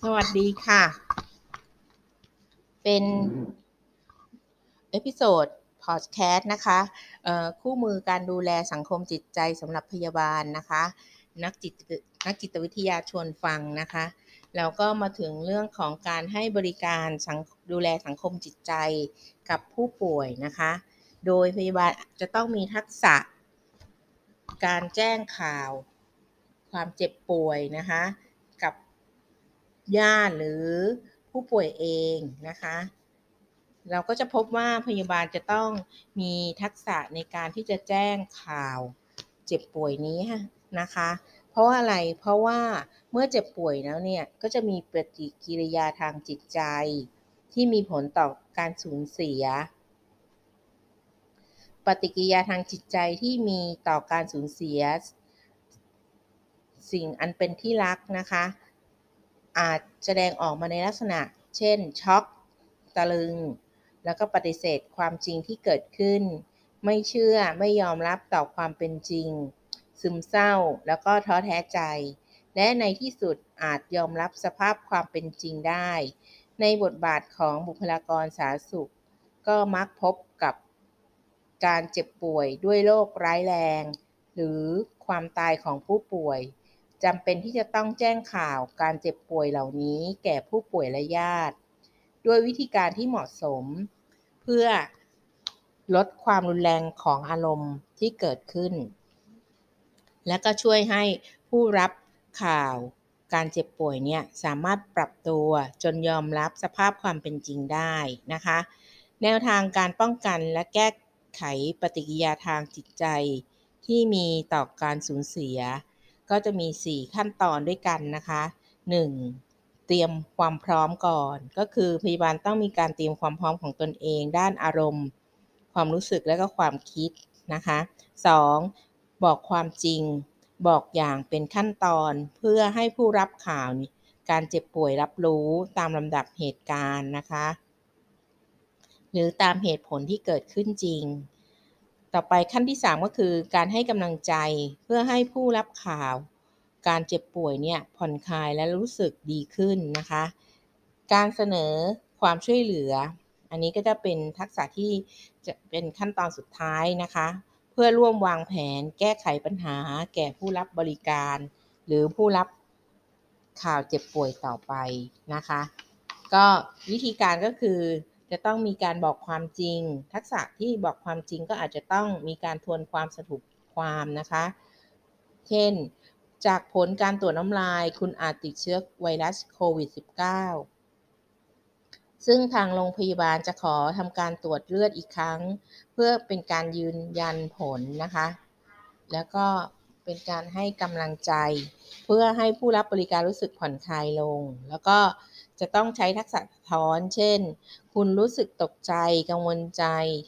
สวัสดีค่ะ เป็นเอพิโซดพอดแคสต์นะคะคู่มือการดูแลสังคมจิตใจสำหรับพยาบาลนะคะนักจิตนักจิตวิทยาชวนฟังนะคะแล้วก็มาถึงเรื่องของการให้บริการดูแลสังคมจิตใจกับผู้ป่วยนะคะโดยพยาบาลจะต้องมีทักษะการแจ้งข่าวความเจ็บป่วยนะคะกับญาติหรือผู้ป่วยเองนะคะเราก็จะพบว่าพยาบาลจะต้องมีทักษะในการที่จะแจ้งข่าวเจ็บป่วยนี้นะคะเพราะอะไรเพราะว่าเมื่อเจ็บป่วยแล้วเนี่ยก็จะมีปฏิกิริยาทางจิตใจที่มีผลต่อการสูญเสียปฏิกิริยาทางจิตใจที่มีต่อการสูญเสียสิ่งอันเป็นที่รักนะคะอาจแสดงออกมาในลักษณะเช่นช็อกตะลึงแล้วก็ปฏิเสธความจริงที่เกิดขึ้นไม่เชื่อไม่ยอมรับต่อความเป็นจริงซึมเศร้าแล้วก็ท้อแท้ใจและในที่สุดอาจยอมรับสภาพความเป็นจริงได้ในบทบาทของบุคลากรสาธารณสุขก็มักพบกับการเจ็บป่วยด้วยโรคร้ายแรงหรือความตายของผู้ป่วยจำเป็นที่จะต้องแจ้งข่าวการเจ็บป่วยเหล่านี้แก่ผู้ป่วยและญาติด้วยวิธีการที่เหมาะสมเพื่อลดความรุนแรงของอารมณ์ที่เกิดขึ้นและก็ช่วยให้ผู้รับข่าวการเจ็บป่วยเนี่ยสามารถปรับตัวจนยอมรับสภาพความเป็นจริงได้นะคะแนวทางการป้องกันและแก้ไขปฏิกิริยาทางจิตใจที่มีต่อการสูญเสียก็จะมี4ขั้นตอนด้วยกันนะคะ1เตรียมความพร้อมก่อนก็คือพยาบาลต้องมีการเตรียมความพร้อมของตนเองด้านอารมณ์ความรู้สึกและก็ความคิดนะคะ2บอกความจริงบอกอย่างเป็นขั้นตอนเพื่อให้ผู้รับข่าวการเจ็บป่วยรับรู้ตามลำดับเหตุการณ์นะคะหรือตามเหตุผลที่เกิดขึ้นจริงต่อไปขั้นที่3ก็คือการให้กำลังใจเพื่อให้ผู้รับข่าวการเจ็บป่วยเนี่ยผ่อนคลายและรู้สึกดีขึ้นนะคะการเสนอความช่วยเหลืออันนี้ก็จะเป็นทักษะที่จะเป็นขั้นตอนสุดท้ายนะคะเพื่อร่วมวางแผนแก้ไขปัญหาแก่ผู้รับบริการหรือผู้รับข่าวเจ็บป่วยต่อไปนะคะก็วิธีการก็คือจะต้องมีการบอกความจริงทักษะที่บอกความจริงก็อาจจะต้องมีการทวนความสรุปความนะคะเช่นจากผลการตรวจน้ำลายคุณอาจติดเชื้อไวรัสโควิด -19 ซึ่งทางโรงพยาบาลจะขอทำการตรวจเลือดอีกครั้งเพื่อเป็นการยืนยันผลนะคะแล้วก็เป็นการให้กำลังใจเพื่อให้ผู้รับบริการรู้สึกผ่อนคลายลงแล้วก็จะต้องใช้ทักษะสะท้อนเช่นคุณรู้สึกตกใจกังวลใจ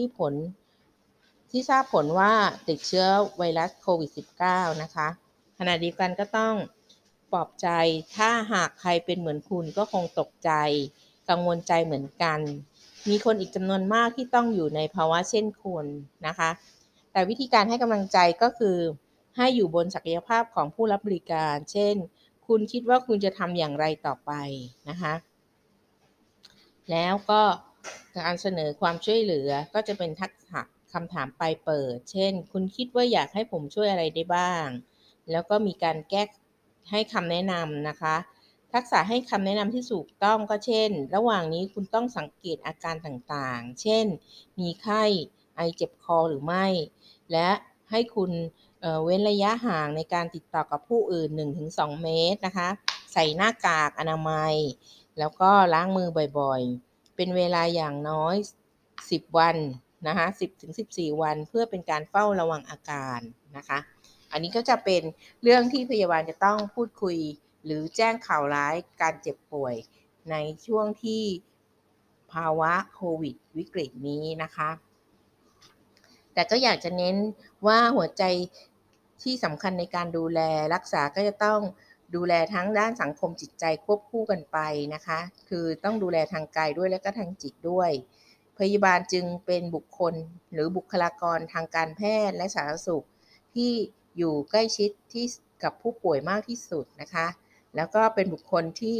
ที่ทราบผลว่าติดเชื้อไวรัสโควิด -19 นะคะขณะเดียวกันก็ต้องปลอบใจถ้าหากใครเป็นเหมือนคุณก็คงตกใจกังวลใจเหมือนกันมีคนอีกจำนวนมากที่ต้องอยู่ในภาวะเช่นคุณนะคะแต่วิธีการให้กำลังใจก็คือให้อยู่บนศักยภาพของผู้รับบริการเช่นคุณคิดว่าคุณจะทำอย่างไรต่อไปนะคะแล้วก็การเสนอความช่วยเหลือก็จะเป็นทักษะคำถามปลายเปิดเช่นคุณคิดว่าอยากให้ผมช่วยอะไรได้บ้างแล้วก็มีการแก้ให้คำแนะนำนะคะทักษะให้คำแนะนำที่ถูกต้องก็เช่นระหว่างนี้คุณต้องสังเกตอาการต่างๆเช่นมีไข้ไอเจ็บคอหรือไม่และให้คุณเว้นระยะห่างในการติดต่อกับผู้อื่น 1-2 เมตรนะคะใส่หน้ากากอนามัยแล้วก็ล้างมือบ่อยๆเป็นเวลาอย่างน้อย10วันนะคะ10-14 วันเพื่อเป็นการเฝ้าระวังอาการนะคะอันนี้ก็จะเป็นเรื่องที่พยาบาลจะต้องพูดคุยหรือแจ้งข่าวร้ายการเจ็บป่วยในช่วงที่ภาวะโควิดวิกฤตนี้นะคะแต่ก็อยากจะเน้นว่าหัวใจที่สำคัญในการดูแลรักษาก็จะต้องดูแลทั้งด้านสังคมจิตใจควบคู่กันไปนะคะคือต้องดูแลทางกายด้วยและก็ทางจิตด้วยพยาบาลจึงเป็นบุคคลหรือบุคลากรทางการแพทย์และสาธารณสุขที่อยู่ใกล้ชิดที่กับผู้ป่วยมากที่สุดนะคะแล้วก็เป็นบุคคลที่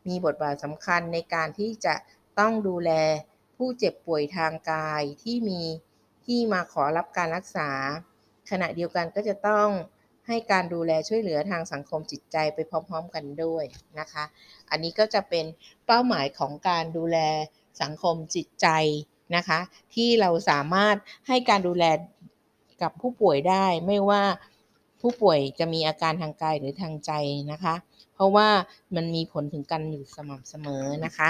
มีบทบาทสำคัญในการที่จะต้องดูแลผู้เจ็บป่วยทางกายที่มาขอรับการรักษาขณะเดียวกันก็จะต้องให้การดูแลช่วยเหลือทางสังคมจิตใจไปพร้อมๆกันด้วยนะคะอันนี้ก็จะเป็นเป้าหมายของการดูแลสังคมจิตใจนะคะที่เราสามารถให้การดูแลกับผู้ป่วยได้ไม่ว่าผู้ป่วยจะมีอาการทางกายหรือทางใจนะคะเพราะว่ามันมีผลถึงกันอยู่สม่ำเสมอนะคะ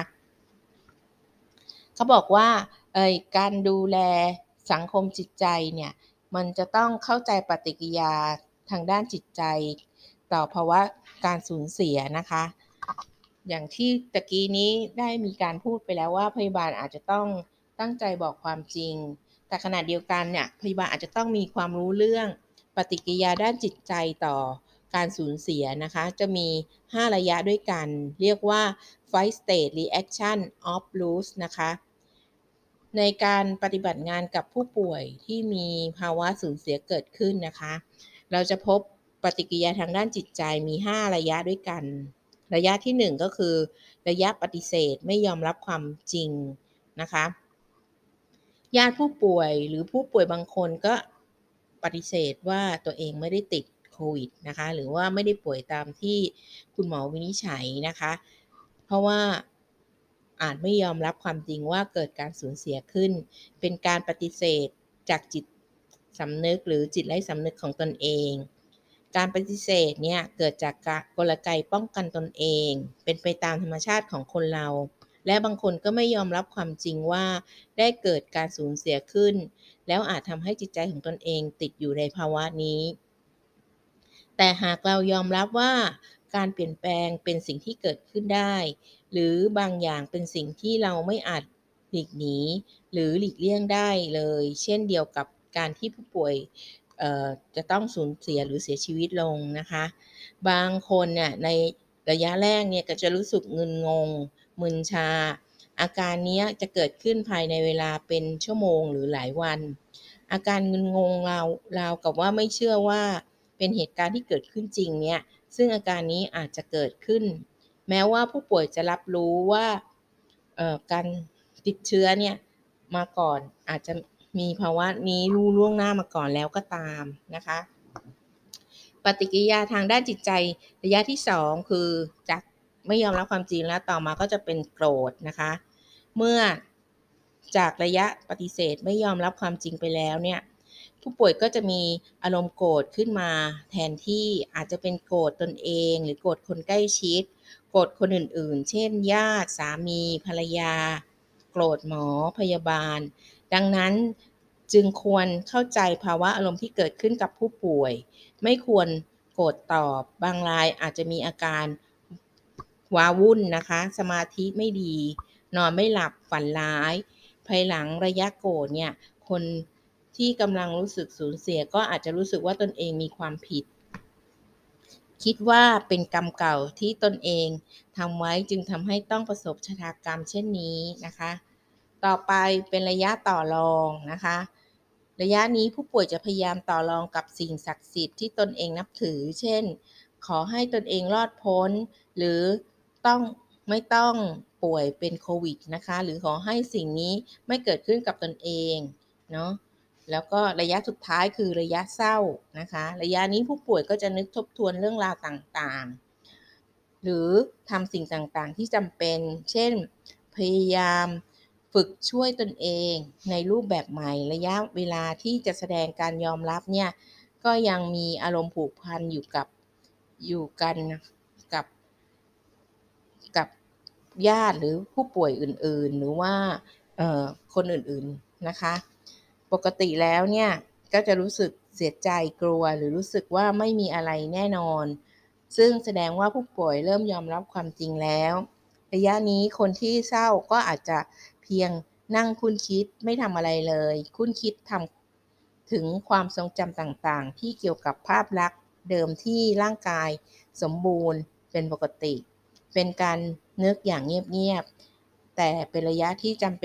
เขาบอกว่าการดูแลสังคมจิตใจเนี่ยมันจะต้องเข้าใจปฏิกิริยาทางด้านจิตใจต่อภาวะการสูญเสียนะคะอย่างที่ตะกี้นี้ได้มีการพูดไปแล้วว่าพยาบาลอาจจะต้องตั้งใจบอกความจริงแต่ขณะเดียวกันเนี่ยพยาบาลอาจจะต้องมีความรู้เรื่องปฏิกิริยาด้านจิตใจต่อการสูญเสียนะคะจะมี5ระยะด้วยกันเรียกว่า Five State Reaction of Loss นะคะในการปฏิบัติงานกับผู้ป่วยที่มีภาวะสูญเสียเกิดขึ้นนะคะเราจะพบปฏิกิริยาทางด้านจิตใจมี5ระยะด้วยกันระยะที่1ก็คือระยะปฏิเสธไม่ยอมรับความจริงนะคะญาติผู้ป่วยหรือผู้ป่วยบางคนก็ปฏิเสธว่าตัวเองไม่ได้ติดโควิดนะคะหรือว่าไม่ได้ป่วยตามที่คุณหมอวินิจฉัยนะคะเพราะว่าอาจไม่ยอมรับความจริงว่าเกิดการสูญเสียขึ้นเป็นการปฏิเสธจากจิตสำนึกหรือจิตไร้สำนึกของตนเองการปฏิเสธเนี่ยเกิดจากกลไกป้องกันตนเองเป็นไปตามธรรมชาติของคนเราและบางคนก็ไม่ยอมรับความจริงว่าได้เกิดการสูญเสียขึ้นแล้วอาจทำให้จิตใจของตนเองติดอยู่ในภาวะนี้แต่หากเรายอมรับว่าการเปลี่ยนแปลงเป็นสิ่งที่เกิดขึ้นได้หรือบางอย่างเป็นสิ่งที่เราไม่อาจหลีกหนีหรือหลีกเลี่ยงได้เลยเช่นเดียวกับการที่ผู้ป่วยจะต้องสูญเสียหรือเสียชีวิตลงนะคะบางคนเนี่ยในระยะแรกเนี่ยก็จะรู้สึกมึนงงมึนชาอาการนี้จะเกิดขึ้นภายในเวลาเป็นชั่วโมงหรือหลายวันอาการมึนงงราวกับว่าไม่เชื่อว่าเป็นเหตุการณ์ที่เกิดขึ้นจริงเนี่ยซึ่งอาการนี้อาจจะเกิดขึ้นแม้ว่าผู้ป่วยจะรับรู้ว่าการติดเชื้อเนี่ยมาก่อนอาจจะมีภาวะนี้รู้ล่วงหน้ามาก่อนแล้วก็ตามนะคะปฏิกิริยาทางด้านจิตใจระยะที่2คือจากไม่ยอมรับความจริงแล้วต่อมาก็จะเป็นโกรธนะคะเมื่อจากระยะปฏิเสธไม่ยอมรับความจริงไปแล้วเนี่ยผู้ป่วยก็จะมีอารมณ์โกรธขึ้นมาแทนที่อาจจะเป็นโกรธตนเองหรือโกรธคนใกล้ชิดโกรธคนอื่นๆเช่นญาติสามีภรรยาโกรธหมอพยาบาลดังนั้นจึงควรเข้าใจภาวะอารมณ์ที่เกิดขึ้นกับผู้ป่วยไม่ควรโกรธตอบบางรายอาจจะมีอาการว้าวุ่นนะคะสมาธิไม่ดีนอนไม่หลับฝันร้ายภายหลังระยะโกรธเนี่ยคนที่กำลังรู้สึกสูญเสียก็อาจจะรู้สึกว่าตนเองมีความผิดคิดว่าเป็นกรรมเก่าที่ตนเองทำไว้จึงทำให้ต้องประสบชะตากรรมเช่นนี้นะคะต่อไปเป็นระยะต่อรองนะคะระยะนี้ผู้ป่วยจะพยายามต่อรองกับสิ่งศักดิ์สิทธิ์ที่ตนเองนับถือเช่นขอให้ตนเองรอดพ้นหรือต้องไม่ต้องป่วยเป็นโควิดนะคะหรือขอให้สิ่งนี้ไม่เกิดขึ้นกับตนเองเนาะแล้วก็ระยะสุดท้ายคือระยะเศร้านะคะระยะนี้ผู้ป่วยก็จะนึกทบทวนเรื่องราวต่างๆหรือทำสิ่งต่างๆที่จำเป็นเช่นพยายามฝึกช่วยตนเองในรูปแบบใหม่ระยะเวลาที่จะแสดงการยอมรับเนี่ยก็ยังมีอารมณ์ผูกพันอยู่กันกับกับญาติหรือผู้ป่วยอื่นๆหรือว่าคนอื่นๆนะคะปกติแล้วเนี่ยก็จะรู้สึกเสียใจกลัวหรือรู้สึกว่าไม่มีอะไรแน่นอนซึ่งแสดงว่าผู้ป่วยเริ่มยอมรับความจริงแล้วระยะนี้คนที่เศร้าก็อาจจะเพียงนั่งคุ้นคิดไม่ทำอะไรเลยคุ้นคิดทำถึงความทรงจำต่างๆที่เกี่ยวกับภาพลักษณ์เดิมที่ร่างกายสมบูรณ์เป็นปกติเป็นการนึกอย่างเงียบๆแต่เป็นระยะที่จำ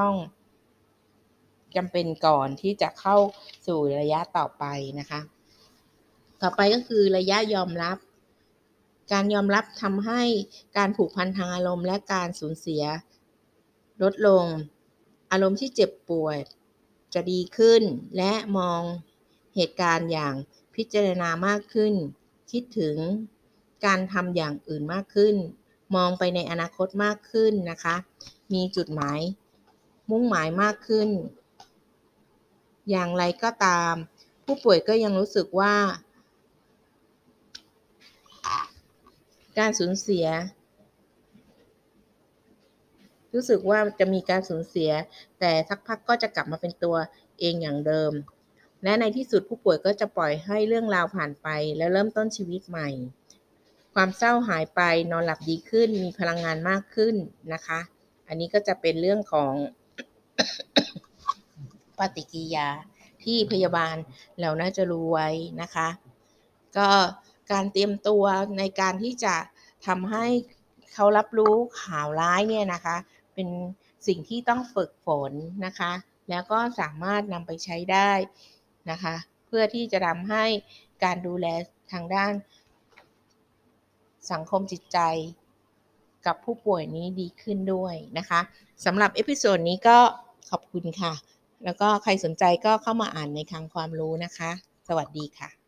เป็นก่อนที่จะเข้าสู่ระยะต่อไปนะคะต่อไปก็คือระยะยอมรับการยอมรับทำให้การผูกพันทางอารมณ์และการสูญเสียลดลงอารมณ์ที่เจ็บปวดจะดีขึ้นและมองเหตุการณ์อย่างพิจารณามากขึ้นคิดถึงการทำอย่างอื่นมากขึ้นมองไปในอนาคตมากขึ้นนะคะมีจุดหมายมุ่งหมายมากขึ้นอย่างไรก็ตามผู้ป่วยก็ยังรู้สึกว่าการสูญเสียรู้สึกว่าจะมีการสูญเสียแต่สักพักก็จะกลับมาเป็นตัวเองอย่างเดิมและในที่สุดผู้ป่วยก็จะปล่อยให้เรื่องราวผ่านไปแล้วเริ่มต้นชีวิตใหม่ความเศร้าหายไปนอนหลับดีขึ้นมีพลังงานมากขึ้นนะคะอันนี้ก็จะเป็นเรื่องของ ปฏิกิริยาที่พยาบาลเราน่าจะรู้ไว้นะคะก็การเตรียมตัวในการที่จะทำให้เขารับรู้ข่าวร้ายเนี่ยนะคะเป็นสิ่งที่ต้องฝึกฝนนะคะแล้วก็สามารถนำไปใช้ได้นะคะเพื่อที่จะทำให้การดูแลทางด้านสังคมจิตใจกับผู้ป่วยนี้ดีขึ้นด้วยนะคะสำหรับเอพิโซดนี้ก็ขอบคุณค่ะแล้วก็ใครสนใจก็เข้ามาอ่านในคลังความรู้นะคะสวัสดีค่ะ